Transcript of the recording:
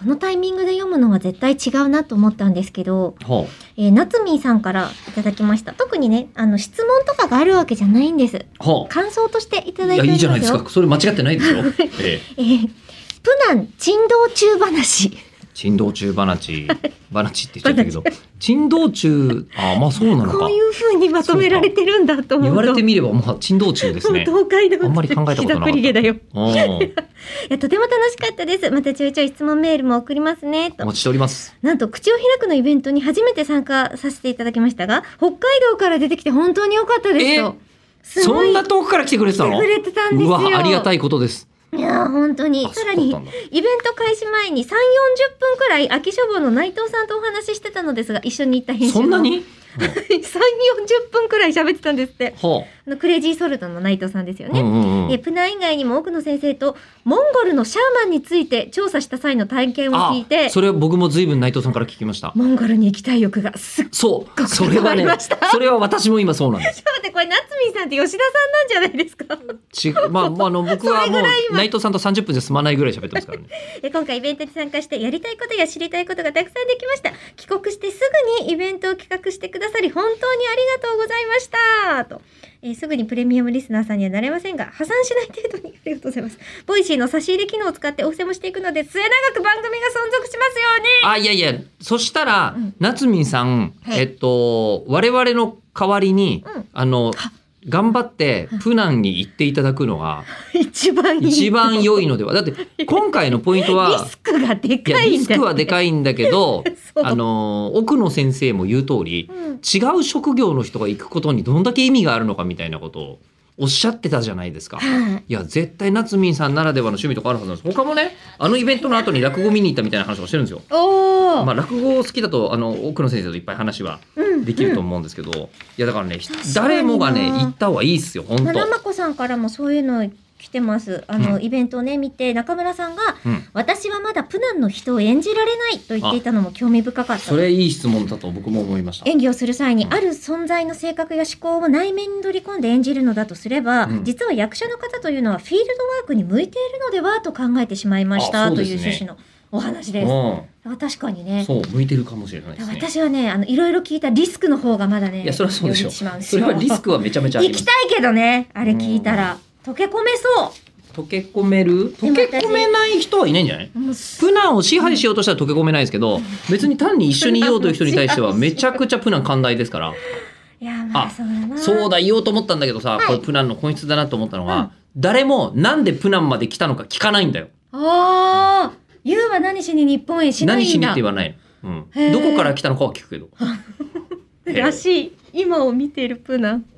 このタイミングで読むのは絶対違うなと思ったんですけど、 はなつみんさんからいただきました。特にね、質問とかがあるわけじゃないんです。 あ、はあ。 感想としていただいいや、 ておりますよ。 いいじゃないですか。それ間違ってないですよ。ええ。 プナン珍道中話。 珍道中話って言っちゃったけど、珍道中、まあそうなのか。 こういう風にまとめられてるんだと思うと。 言われてみれば、まあ珍道中ですね。 東海道あんまり考えたことなかった膝くりげだよ。 うんいや、とても楽しかったです。またちょいちょい質問メールも送りますね。と。 お待ちしております。 なんと、口を開くのイベントに初めて参加させていただきましたが、北海道から出てきて本当に良かったですと。すそごいんな遠くから来てくれてたの？ 来てくれてたんですよ。 うわ、ありがたいことです。 いやー本当に。 あさらに、 そうだったんだイベント開始前に3、40分くらい、秋書房の内藤さんとお話ししてたのですが、一緒に行った編集の。 そんなに？ 3、40分くらい喋ってたんですって。 はクレイジーソルトの内藤さんですよあ。 ね。 うん。 プナン以外にも奥野先生とモンゴルのシャーマンについて調査した際の体験を聞いて、 それは僕も随分内藤さんから聞きました。 モンゴルに行きたい欲がすっそう。 ごくそれはね高まりました。、 それは私も今そうなんです。 ちょっと待って、これ夏美さんって吉田さんなんじゃないですか？ まあ、僕はもう内藤さんと30分じゃ済まないぐらい喋ってますからね。 今回イベントに参加してやりたいことや知りたいことがたくさんできました。帰国してすぐにイベントを企画してくださり本当にありがとうございましたと。すぐにプレミアムリスナーさんにはなれませんが、破産しない程度にありがとうございます。ボイシーの差し入れ機能を使ってお布施もしていくので、末永く番組が存続しますように。 いやいや、そしたら、夏美さん、 はい我々の代わりに、頑張ってプナンに行っていただくのが一番いい。 一番良いのでは。だって今回のポイントはリスクがでいやかいんだ。 リスクはでかいんだけどそう奥野先生も言う通り、違う職業の人が行くことにどんだけ意味があるのかみたいなことをおっしゃってたじゃないですか。 はいいや絶対夏美さんならではの趣味とかあるはずなんです。他もね、イベントの後に落語見に行ったみたいな話をしてるんですよ。 おー、 まあ、落語好きだと奥野先生といっぱい話はできると思うんですけど、いやだからね、誰もがね行った方がいいっすよ本当。 花まこさんからもそういうの来てます。イベントをね見て中村さんが、私はまだプナンの人を演じられないと言っていたのも興味深かった。 それいい質問だと僕も思いました。 演技をする際にある存在の性格や思考を内面に取り込んで演じるのだとすれば、実は役者の方というのはフィールドワークに向いているのではと考えてしまいましたという趣旨のお話です。確かにね。 そう向いてるかもしれないですね。 私はねいろいろ聞いたリスクの方がまだね。 いやそれはそうでしょ。 そそれはリスクはめちゃめちゃあります。 行きたいけどねあれ聞いたら溶け込めそう。 溶け込める？溶け込めない人はいないんじゃない？プナンを支配しようとしたら溶け込めないですけど、別に単に一緒にいようという人に対してはめちゃくちゃプナン寛大ですから。 いやまあそうだな。 そうだ言おうと思ったんだけどさ、これプナンの本質だなと思ったのが、誰もなんでプナンまで来たのか聞かないんだよ。 ああ、ユウは何しに日本へしないんだ。 何しにって言わないの。どこから来たのかは聞くけど。 らしい。今を見てるプナン。